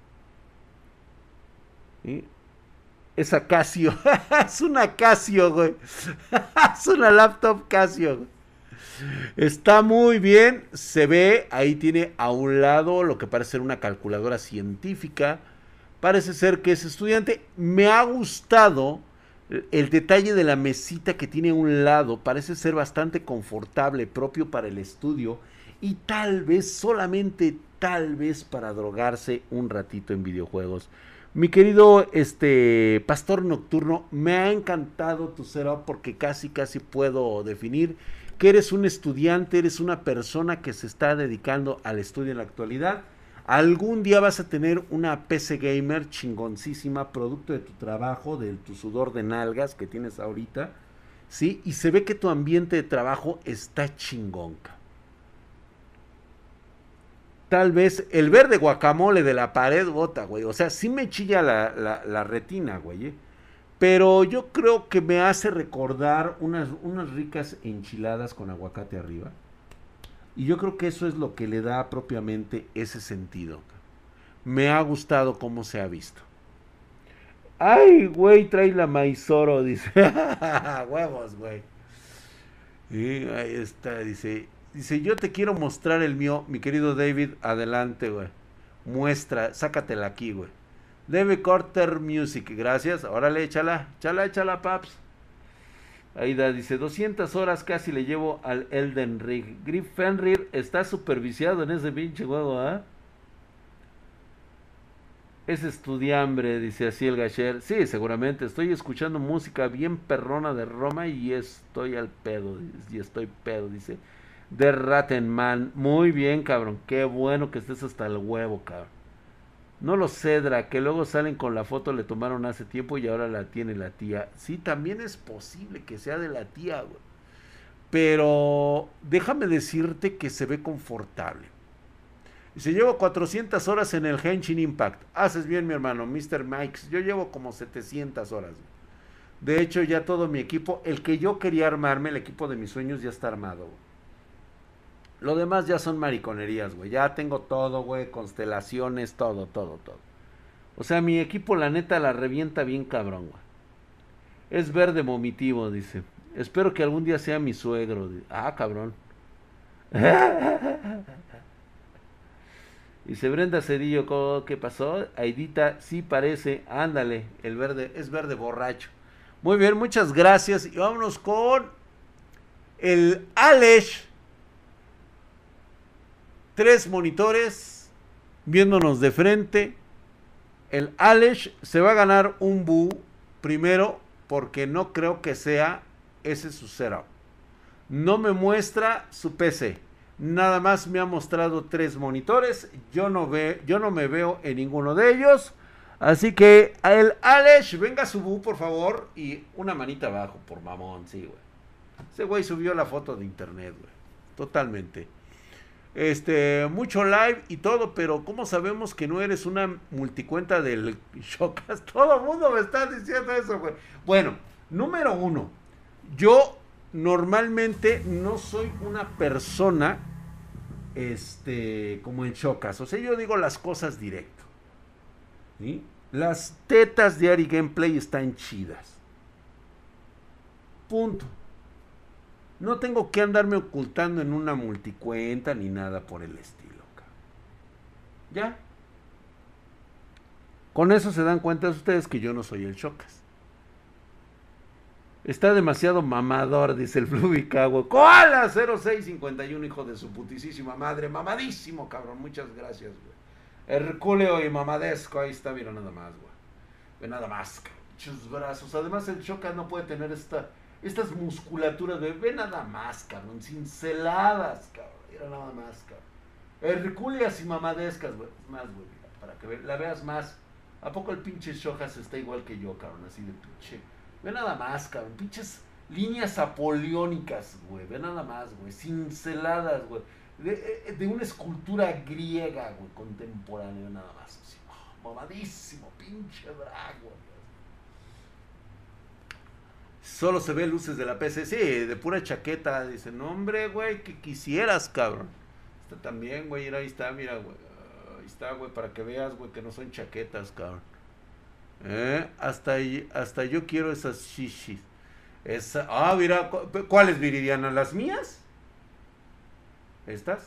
¿Sí? Esa Casio. Es una Casio, güey. Es una laptop Casio, güey. Está muy bien, se ve, ahí tiene a un lado lo que parece ser una calculadora científica, parece ser que es estudiante. Me ha gustado el detalle de la mesita que tiene a un lado, parece ser bastante confortable, propio para el estudio y tal vez, solamente tal vez para drogarse un ratito en videojuegos. Mi querido este pastor nocturno, me ha encantado tu setup porque casi casi puedo definir que eres un estudiante, eres una persona que se está dedicando al estudio en la actualidad. Algún día vas a tener una P C gamer chingoncísima, producto de tu trabajo, de tu sudor de nalgas que tienes ahorita, ¿sí? Y se ve que tu ambiente de trabajo está chingonca. Tal vez el verde guacamole de la pared bota, güey. O sea, sí me chilla la, la, la retina, güey, ¿eh? Pero yo creo que me hace recordar unas, unas ricas enchiladas con aguacate arriba. Y yo creo que eso es lo que le da propiamente ese sentido. Me ha gustado cómo se ha visto. Ay, güey, trae la maizoro, dice. Huevos, güey. Y ahí está, dice. Dice, yo te quiero mostrar el mío, mi querido David. Adelante, güey. Muestra, sácatela aquí, güey. David Carter Music, gracias. Órale, échala, échala, échala, paps. Ahí da, dice, doscientas horas casi le llevo al Elden Ring. Griff Fenrir está superviciado en ese pinche juego, ¿ah? ¿eh? Es estudiambre, dice así el Gasher. Sí, seguramente, estoy escuchando música bien perrona de Roma y estoy al pedo, y estoy pedo, dice. De Rattenman, muy bien, cabrón, qué bueno que estés hasta el huevo, cabrón. No lo cedra, que luego salen con la foto, le tomaron hace tiempo y ahora la tiene la tía. Sí, también es posible que sea de la tía, güey. Pero déjame decirte que se ve confortable. Y se llevo cuatrocientas horas en el Genshin Impact. Haces bien, mi hermano, mister Mikes. Yo llevo como setecientas horas. Güey. De hecho, ya todo mi equipo, el que yo quería armarme, el equipo de mis sueños, ya está armado, güey. Lo demás ya son mariconerías, güey. Ya tengo todo, güey. Constelaciones, todo, todo, todo. O sea, mi equipo, la neta, la revienta bien cabrón, güey. Es verde vomitivo, dice. Espero que algún día sea mi suegro. Ah, cabrón. Dice Brenda Cedillo, ¿qué pasó? Aidita, sí parece. Ándale, el verde, es verde borracho. Muy bien, muchas gracias. Y vámonos con el Alex. Tres monitores viéndonos de frente. El Alex se va a ganar un bu primero porque no creo que sea ese su setup. No me muestra su P C. Nada más me ha mostrado tres monitores. Yo no, ve, yo no me veo en ninguno de ellos. Así que el Alex, venga su bu por favor. Y una manita abajo por mamón, sí, güey. Ese güey subió la foto de internet, güey. Totalmente. Este, mucho live y todo, pero ¿cómo sabemos que no eres una multicuenta del Shocas? Todo el mundo me está diciendo eso, güey. Bueno, número uno, yo normalmente no soy una persona, este, como en Shocas. O sea, yo digo las cosas directo. ¿Sí? Las tetas de Ari Gameplay están chidas. Punto. No tengo que andarme ocultando en una multicuenta ni nada por el estilo. ¿Ya? Con eso se dan cuenta ustedes que yo no soy el Shocas. Está demasiado mamador, dice el Flubicago. ¡Koala! cero seis cincuenta y uno, hijo de su putisísima madre. Mamadísimo, cabrón. Muchas gracias, güey. Herculeo y mamadesco. Ahí está, mira nada más, güey. Ve nada más, cabrón. Muchos brazos. Además, el Shocas no puede tener esta... Estas musculaturas, ve, ve nada más, cabrón, cinceladas, cabrón, era nada más, cabrón. Herculeas y mamadescas, güey, más, güey, para que ve, la veas más. ¿A poco el pinche Shojas está igual que yo, cabrón, así de pinche Ve nada más, cabrón. Pinches líneas apoliónicas, güey. Ve nada más, güey. Cinceladas, güey. De, de una escultura griega, güey, contemporánea, nada más. Así, oh, mamadísimo, pinche drag, güey. Solo se ve luces de la P C. Sí, de pura chaqueta. Dice, no, hombre, güey, que quisieras, cabrón. Está también, güey. Ahí está, mira, güey. Ahí está, güey, para que veas, güey, que no son chaquetas, cabrón. Eh, hasta, hasta yo quiero esas shishis. Esa, ah, mira, ¿cuáles, Viridiana? ¿Las mías? ¿Estas?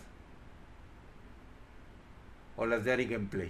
¿O las de Ari Gameplay?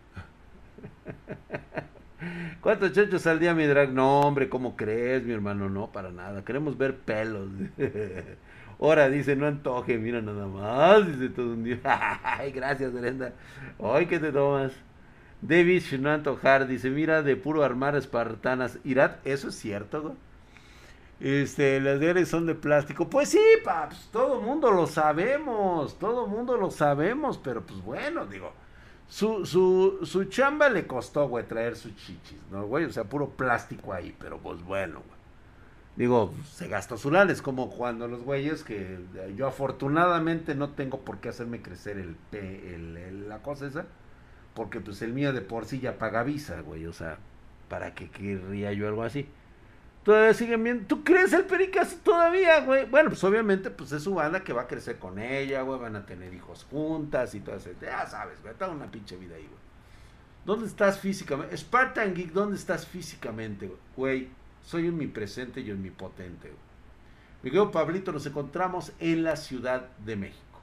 ¿Cuántos chochos al día, mi drag? No, hombre, ¿cómo crees, mi hermano? No, para nada. Queremos ver pelos. Ahora dice, no antoje, mira nada más. Dice todo un día. Ay, gracias, Brenda. Ay, ¿qué te tomas? David no antojar. Dice, mira, de puro armar espartanas. Irat, eso es cierto, güey. Este, las de Ares son de plástico. Pues sí, paps, todo mundo lo sabemos. Todo mundo lo sabemos. Pero pues bueno, digo. Su, su, su chamba le costó, güey, traer sus chichis, ¿no, güey? O sea, puro plástico ahí, pero pues bueno, güey. Digo, se gastó su lana, es como cuando los güeyes que yo afortunadamente no tengo por qué hacerme crecer el, el, el la cosa esa, porque pues el mío de por sí ya paga visa, güey, o sea, ¿para qué querría yo algo así? Todavía siguen viendo, ¿tú crees el pericazo todavía, güey? Bueno, pues obviamente, pues es su banda que va a crecer con ella, güey, van a tener hijos juntas y todo eso, ya sabes, güey, toda una pinche vida ahí, güey. ¿Dónde estás físicamente? Spartan Geek, ¿dónde estás físicamente, güey? Soy omnipresente y omnipotente, güey. Mi querido Pablito, nos encontramos en la Ciudad de México.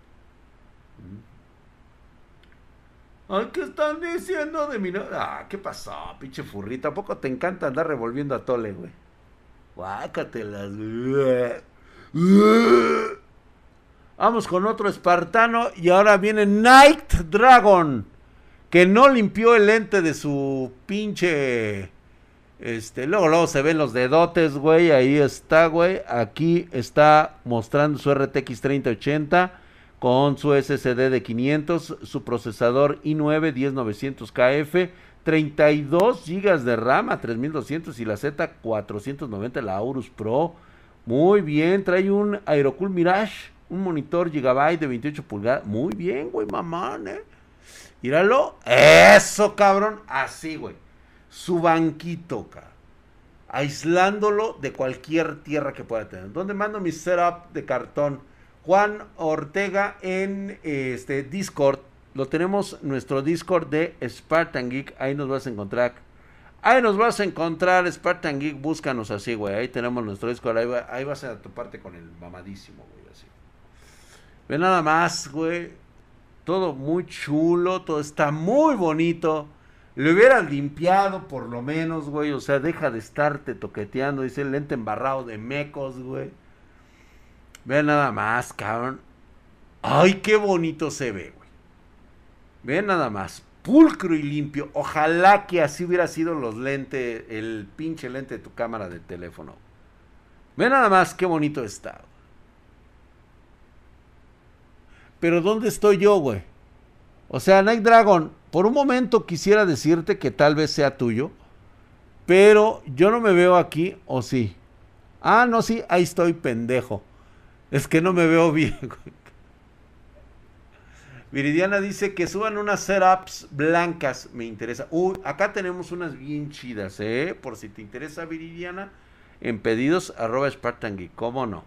¿Mm? Ay, ¿qué están diciendo de mi no? Ah, ¿qué pasó, pinche furrita? ¿A poco te encanta andar revolviendo a tole, güey? Guácatelas, güey. Vamos con otro espartano y ahora viene Night Dragon, que no limpió el lente de su pinche... Este, luego, luego se ven los dedotes, güey, ahí está, güey. Aquí está mostrando su R T X treinta ochenta con su S S D de quinientos, su procesador i nueve diez novecientos K F, treinta y dos gigas de RAM a tres mil doscientos y la Z cuatrocientos noventa, la Aorus Pro. Muy bien, trae un Aerocool Mirage, un monitor Gigabyte de veintiocho pulgadas. Muy bien, güey, mamán, eh. Míralo, eso, cabrón, así, güey. Su banquito, cabrón. Aislándolo de cualquier tierra que pueda tener. ¿Dónde mando mi setup de cartón? Juan Ortega en este Discord. Lo tenemos nuestro Discord de Spartan Geek. Ahí nos vas a encontrar. Ahí nos vas a encontrar, Spartan Geek. Búscanos así, güey. Ahí tenemos nuestro Discord. Ahí, va, ahí vas a toparte con el mamadísimo, güey. Así. Ve nada más, güey. Todo muy chulo. Todo está muy bonito. Le hubieran limpiado por lo menos, güey. O sea, deja de estarte toqueteando. Dice el lente embarrado de mecos, güey. Vean nada más, cabrón. Ay, qué bonito se ve, güey. Vean nada más. Pulcro y limpio. Ojalá que así hubiera sido los lentes, el pinche lente de tu cámara de teléfono. Vean nada más qué bonito está. Pero ¿dónde estoy yo, güey? O sea, Night Dragon, por un momento quisiera decirte que tal vez sea tuyo, pero yo no me veo aquí, ¿o sí? Ah, no, sí, ahí estoy, pendejo. Es que no me veo bien, güey. Viridiana dice que suban unas setups blancas, me interesa. Uy, acá tenemos unas bien chidas, ¿eh? Por si te interesa, Viridiana, en pedidos, arroba Spartan Geek, ¿cómo no?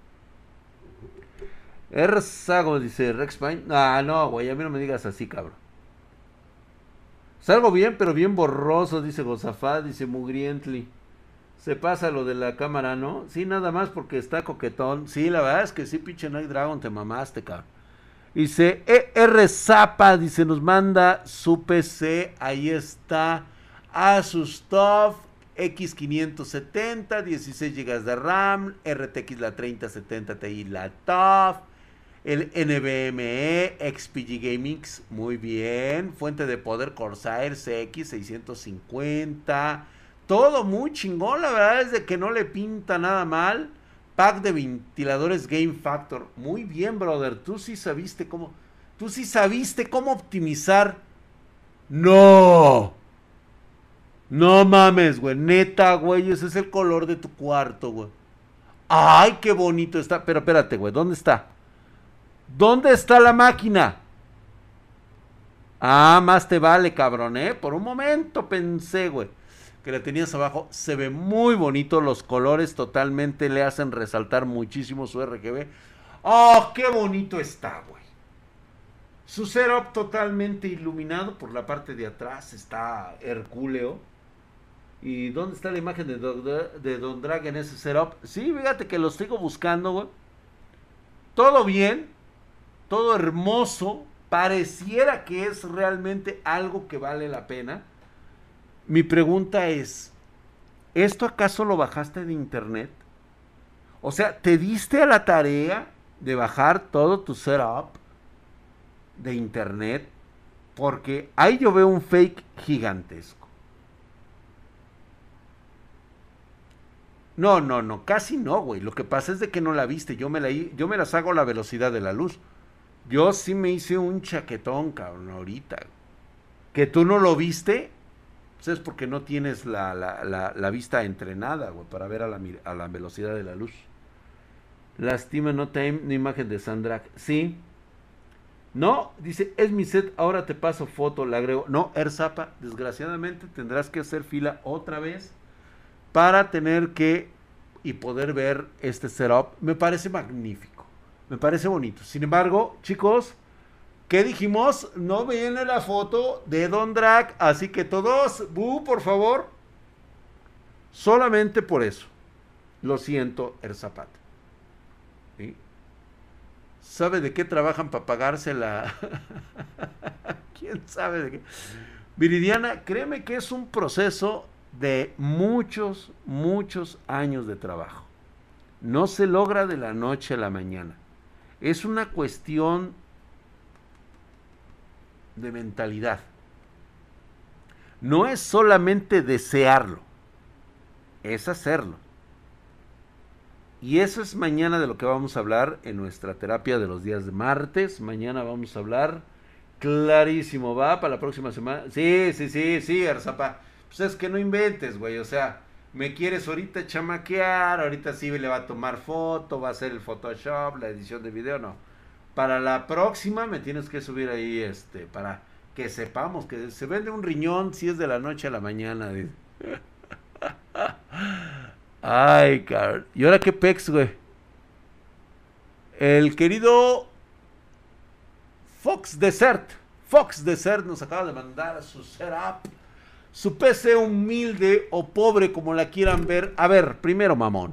R. Sago dice Rex Pine. Ah, no, güey, a mí no me digas así, cabrón. Salgo bien, pero bien borroso, dice Gozafá, dice Mugriently. Se pasa lo de la cámara, ¿no? Sí, nada más porque está coquetón. Sí, la verdad es que sí, pinche Night Dragon, te mamaste, cabrón. Dice E R. Zapa, dice, nos manda su P C. Ahí está. Asus TUF X quinientos setenta, dieciséis gigas de RAM, R T X la treinta setenta Ti la TUF. El N V M e X P G Gaming, muy bien. Fuente de poder Corsair C X seiscientos cincuenta. Todo muy chingón, la verdad es de que no le pinta nada mal. Pack de ventiladores Game Factor. Muy bien, brother. Tú sí sabiste cómo. Tú sí sabiste cómo optimizar. ¡No! No mames, güey. Neta, güey. Ese es el color de tu cuarto, güey. Ay, qué bonito está. Pero espérate, güey. ¿Dónde está? ¿Dónde está la máquina? Ah, más te vale, cabrón, ¿eh? Por un momento pensé, güey, que la tenías abajo. Se ve muy bonito. Los colores totalmente le hacen resaltar muchísimo su R G B. ¡Oh, qué bonito está, güey! Su setup totalmente iluminado por la parte de atrás. Está hercúleo. ¿Y dónde está la imagen de Don, de Don Drag en ese setup? Sí, fíjate que lo sigo buscando, güey. Todo bien. Todo hermoso. Pareciera que es realmente algo que vale la pena. Mi pregunta es, ¿esto acaso lo bajaste de internet? O sea, ¿te diste a la tarea de bajar todo tu setup de internet? Porque ahí yo veo un fake gigantesco. No, no, no, casi no, güey. Lo que pasa es de que no la viste. Yo me, la, yo me las hago a la velocidad de la luz. Yo sí me hice un chaquetón, cabrón, ahorita. Que tú no lo viste, pues es porque no tienes la, la, la, la vista entrenada, güey, para ver a la, a la velocidad de la luz. Lástima, no time, una imagen de Sandra. Sí. No, dice, es mi set, ahora te paso foto, le agrego. No, Erzapa, desgraciadamente tendrás que hacer fila otra vez para tener que y poder ver este setup. Me parece magnífico. Me parece bonito. Sin embargo, chicos, ¿qué dijimos? No viene la foto de Don Drag. Así que todos, bu, por favor. Solamente por eso. Lo siento, Erzapata. ¿Sí? ¿Sabe de qué trabajan para pagarse la...? ¿Quién sabe de qué? Viridiana, créeme que es un proceso de muchos, muchos años de trabajo. No se logra de la noche a la mañana. Es una cuestión de mentalidad. No es solamente desearlo, es hacerlo. Y eso es mañana de lo que vamos a hablar en nuestra terapia de los días de martes. Mañana vamos a hablar clarísimo, ¿va? Para la próxima semana. Sí, sí, sí, sí, Arzapa. Pues es que no inventes, güey, o sea... Me quieres ahorita chamaquear, ahorita sí le va a tomar foto, va a hacer el Photoshop, la edición de video, no. Para la próxima me tienes que subir ahí, este, para que sepamos que se vende un riñón si es de la noche a la mañana. Ay, cabrón. ¿Y ahora qué pex, güey? El querido Fox Desert, Fox Desert nos acaba de mandar su setup. Su P C humilde o pobre, como la quieran ver. A ver, primero, mamón.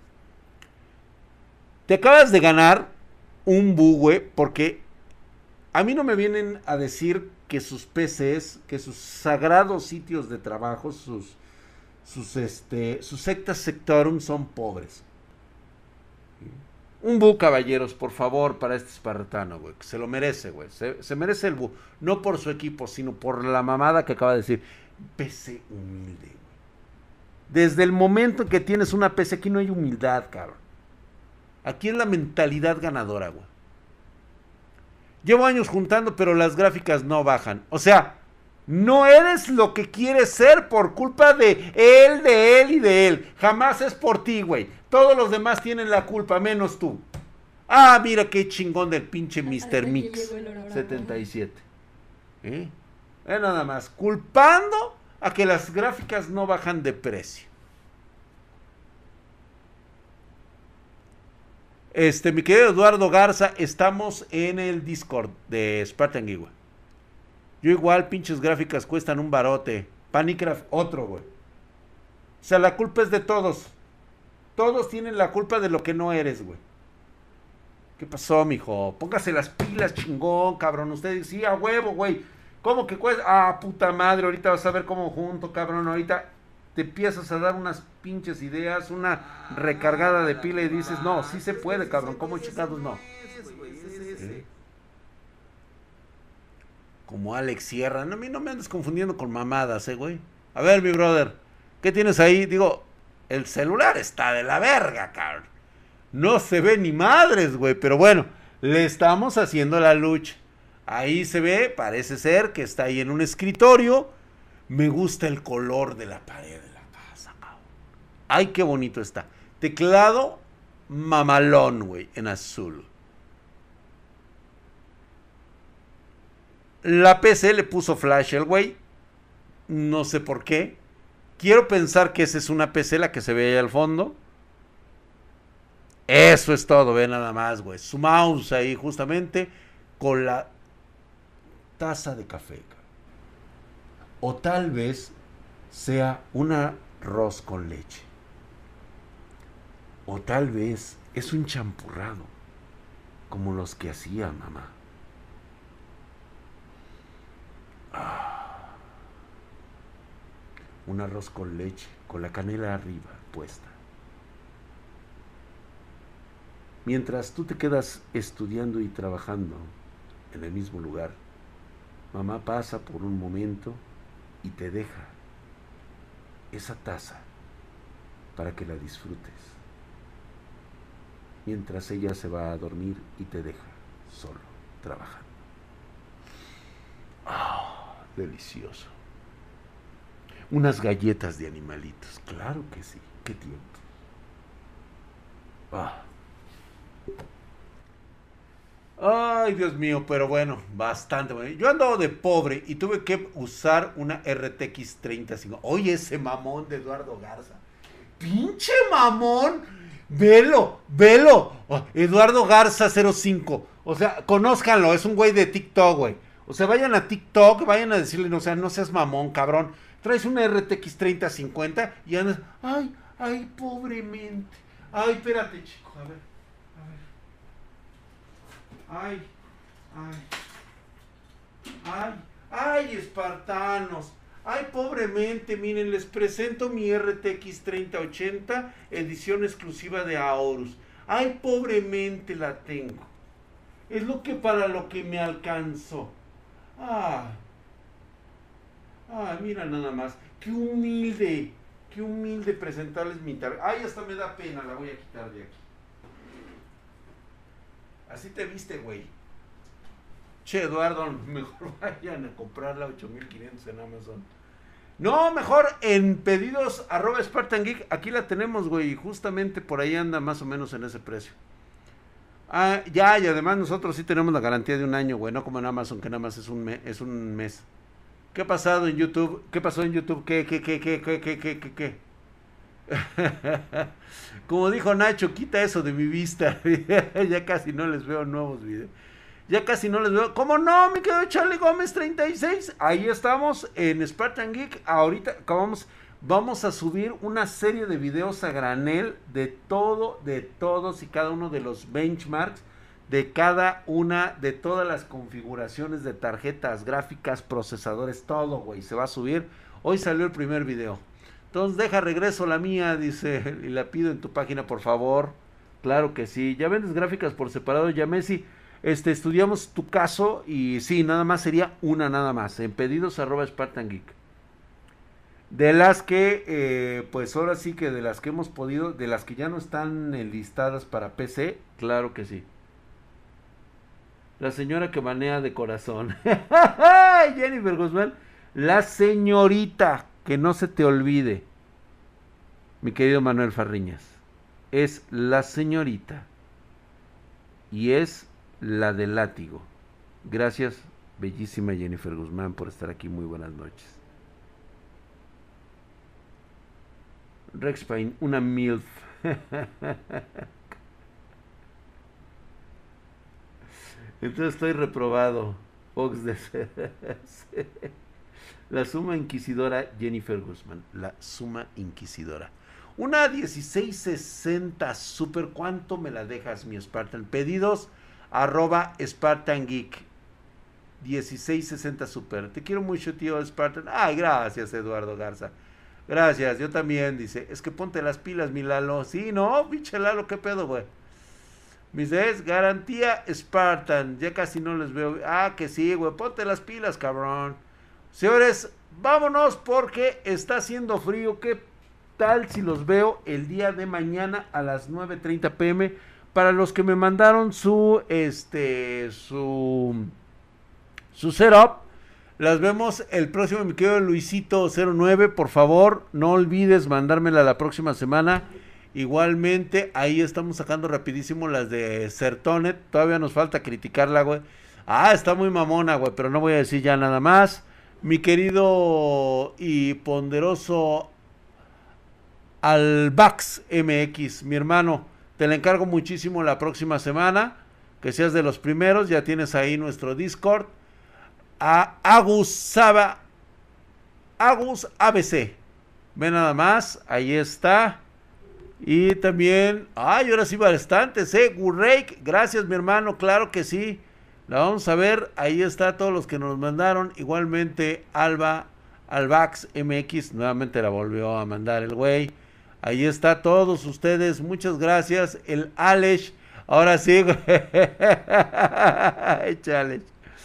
Te acabas de ganar un bugue porque a mí no me vienen a decir que sus P Cs, que sus sagrados sitios de trabajo, sus, sus, este, sus sectas sectorum son pobres. Un bu, caballeros, por favor, para este espartano, güey. Que se lo merece, güey. Se, se merece el bu. No por su equipo, sino por la mamada que acaba de decir. P C humilde, güey. Desde el momento en que tienes una P C, aquí no hay humildad, cabrón. Aquí es la mentalidad ganadora, güey. Llevo años juntando, pero las gráficas no bajan. O sea, no eres lo que quieres ser por culpa de él, de él y de él. Jamás es por ti, güey. Todos los demás tienen la culpa, menos tú. Ah, mira qué chingón del pinche mister Mix setenta y siete. ¿Eh? Es nada más culpando a que las gráficas no bajan de precio. Este, mi querido Eduardo Garza, estamos en el Discord de Spartan Geek, güey. Yo igual, pinches gráficas cuestan un barote. Panicraft, otro, güey. O sea, la culpa es de todos. Todos tienen la culpa de lo que no eres, güey. ¿Qué pasó, mijo? Póngase las pilas, chingón, cabrón. Ustedes, sí, a huevo, güey. ¿Cómo que cuesta? Ah, puta madre, ahorita vas a ver cómo junto, cabrón. Ahorita te empiezas a dar unas pinches ideas, una recargada de pila y dices, no, sí se puede, cabrón. ¿Cómo chingados no? ¿Eh? Como Alex Sierra. No, a mí no me andes confundiendo con mamadas, eh, güey. A ver, mi brother, ¿qué tienes ahí? Digo, el celular está de la verga, cabrón. No se ve ni madres, güey. Pero bueno, le estamos haciendo la lucha. Ahí se ve, parece ser que está ahí en un escritorio. Me gusta el color de la pared de la casa, cabrón. Ay, qué bonito está. Teclado mamalón, güey, en azul. La P C le puso flash el güey. No sé por qué. Quiero pensar que esa es una P C la que se ve ahí al fondo. Eso es todo, ve nada más, güey. Su mouse ahí justamente con la taza de café. O tal vez sea un arroz con leche. O tal vez es un champurrado, como los que hacía mamá. Ah, un arroz con leche, con la canela arriba puesta. Mientras tú te quedas estudiando y trabajando en el mismo lugar, mamá pasa por un momento y te deja esa taza para que la disfrutes. Mientras ella se va a dormir y te deja solo trabajando. Ah, delicioso. Unas galletas de animalitos, claro que sí, qué tiempo. Ah. Ay, Dios mío, pero bueno, bastante bueno. Yo ando de pobre y tuve que usar una R T X treinta cincuenta. Oye, ese mamón de Eduardo Garza. ¡Pinche mamón! Velo, velo. Oh, Eduardo Garza cero cinco. O sea, conózcanlo, es un güey de TikTok, güey. O sea, vayan a TikTok, vayan a decirle, no, o sea, no seas mamón, cabrón. Traes una R T X treinta cincuenta y andas, ay, ay, pobremente. Ay, espérate, chico, a ver, a ver. Ay, ay, ay, ay, espartanos. Ay, pobremente, miren, les presento mi R T X treinta ochenta, edición exclusiva de Aorus. Ay, pobremente la tengo. Es lo que para lo que me alcanzó. Ay, ay, mira nada más. Qué humilde, qué humilde presentarles mi tarjeta. Ay, hasta me da pena, la voy a quitar de aquí. Así te viste, güey. Che, Eduardo, mejor vayan a comprar la ocho mil quinientos en Amazon. No, mejor en pedidos arroba Spartan Geek. Aquí la tenemos, güey. Justamente por ahí anda más o menos en ese precio. Ah, ya, y además nosotros sí tenemos la garantía de un año, güey. No como en Amazon, que nada más es un, me es un mes. ¿Qué ha pasado en YouTube? ¿Qué pasó en YouTube? ¿Qué, qué, qué, qué, qué, qué, qué, qué, qué? Como dijo Nacho, quita eso de mi vista. Ya casi no les veo nuevos videos. Ya casi no les veo. ¿Cómo no? Me quedó Charlie Gómez treinta y seis. Ahí estamos en Spartan Geek. Ahorita acabamos, vamos a subir una serie de videos a granel de todo, de todos y cada uno de los benchmarks, de cada una, de todas las configuraciones de tarjetas gráficas, procesadores, todo, güey. Se va a subir. Hoy salió el primer video. Entonces deja regreso la mía, dice, y la pido en tu página, por favor. Claro que sí. ¿Ya vendes gráficas por separado, ya Messi? Este, estudiamos tu caso y sí, nada más sería una nada más, en pedidos arroba Spartan Geek. De las que, eh, pues ahora sí que de las que hemos podido, de las que ya no están enlistadas para P C, claro que sí. La señora que manea de corazón. Jennifer Guzmán, la señorita, que no se te olvide, mi querido Manuel Farriñas, es la señorita y es la del látigo. Gracias, bellísima Jennifer Guzmán, por estar aquí. Muy buenas noches. Rex Payne, una MILF. Entonces estoy reprobado. Ox de La suma inquisidora Jennifer Guzmán. La suma inquisidora. Una dieciséis sesenta Super. ¿Cuánto me la dejas, mi Spartan? Pedidos arroba Spartan Geek. dieciséis sesenta Super. Te quiero mucho, tío Spartan. Ay, gracias, Eduardo Garza. Gracias, yo también, dice. Es que ponte las pilas, mi Lalo. Sí, no, pinche Lalo, qué pedo, güey. Me dice, es garantía Spartan. Ya casi no les veo. Ah, que sí, güey. Ponte las pilas, cabrón. Señores, vámonos porque está haciendo frío. ¿Qué tal si los veo el día de mañana a las nueve treinta pm? Para los que me mandaron su, este, su, su setup, Las vemos el próximo, mi querido Luisito cero nueve. Por favor, no olvides mandármela la próxima semana. Igualmente, ahí estamos sacando rapidísimo las de Certonet. Todavía nos falta criticarla, güey. Ah, está muy mamona, güey, pero no voy a decir ya nada más. Mi querido y ponderoso Albax M X, mi hermano, te la encargo muchísimo la próxima semana. Que seas de los primeros, ya tienes ahí nuestro Discord. A Agus Saba, Agus A B C. Ve nada más, ahí está. Y también, ay, ahora sí bastantes, eh, Gurreik, gracias mi hermano, claro que sí. La vamos a ver, ahí está todos los que nos mandaron. Igualmente Alba, Albax M X, nuevamente la volvió a mandar el güey. Ahí está todos ustedes, muchas gracias. El Alex, ahora sí, güey. Échale.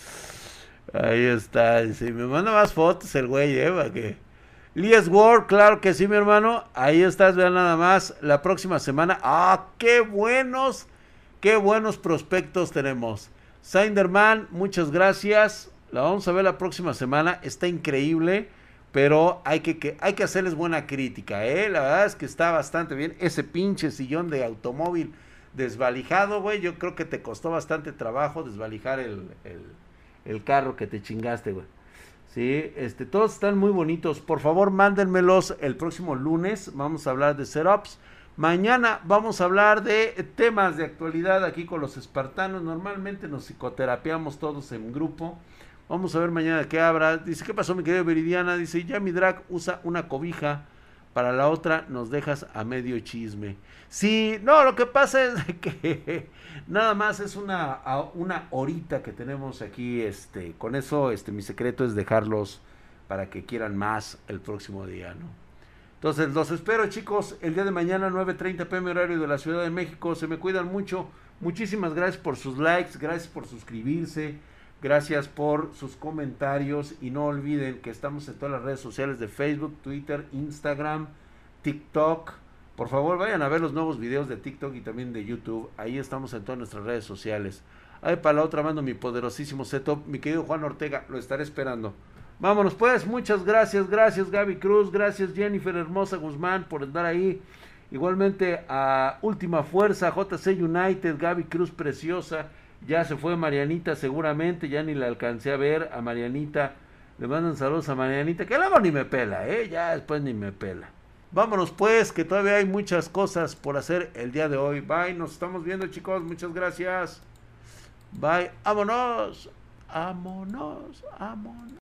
Ahí está, dice, me manda más fotos el güey, eh, para que... Lies Ward, claro que sí, mi hermano. Ahí estás, vean nada más. La próxima semana. ¡Ah, qué buenos! ¡Qué buenos prospectos tenemos! Sinderman, muchas gracias. La vamos a ver la próxima semana. Está increíble. Pero hay que, que, hay que hacerles buena crítica, ¿eh? La verdad es que está bastante bien. Ese pinche sillón de automóvil desvalijado, güey. Yo creo que te costó bastante trabajo desvalijar el, el, el carro que te chingaste, güey. Sí, este, todos están muy bonitos. Por favor, mándenmelos el próximo lunes. Vamos a hablar de setups. Mañana vamos a hablar de temas de actualidad aquí con los espartanos. Normalmente nos psicoterapiamos todos en grupo. Vamos a ver mañana de qué habrá. Dice, ¿qué pasó, mi querida Viridiana? Dice, ya mi drag usa una cobija. Para la otra nos dejas a medio chisme. Sí, no, lo que pasa es que nada más es una, una horita que tenemos aquí. Este, con eso, este, mi secreto es dejarlos para que quieran más el próximo día, ¿no? Entonces, los espero, chicos, el día de mañana, nueve treinta pe eme horario de la Ciudad de México. Se me cuidan mucho. Muchísimas gracias por sus likes, gracias por suscribirse, gracias por sus comentarios. Y no olviden que estamos en todas las redes sociales de Facebook, Twitter, Instagram, TikTok. Por favor, vayan a ver los nuevos videos de TikTok y también de YouTube. Ahí estamos en todas nuestras redes sociales. Ahí para la otra mando mi poderosísimo setup. Mi querido Juan Ortega, lo estaré esperando. Vámonos pues, muchas gracias, gracias Gaby Cruz, gracias Jennifer Hermosa Guzmán por estar ahí. Igualmente a Última Fuerza, J C United, Gaby Cruz preciosa. Ya se fue Marianita seguramente, ya ni la alcancé a ver a Marianita. Le mandan saludos a Marianita, que luego ni me pela, eh, ya después ni me pela. Vámonos pues, que todavía hay muchas cosas por hacer el día de hoy. Bye, nos estamos viendo, chicos, muchas gracias. Bye, vámonos, vámonos, vámonos.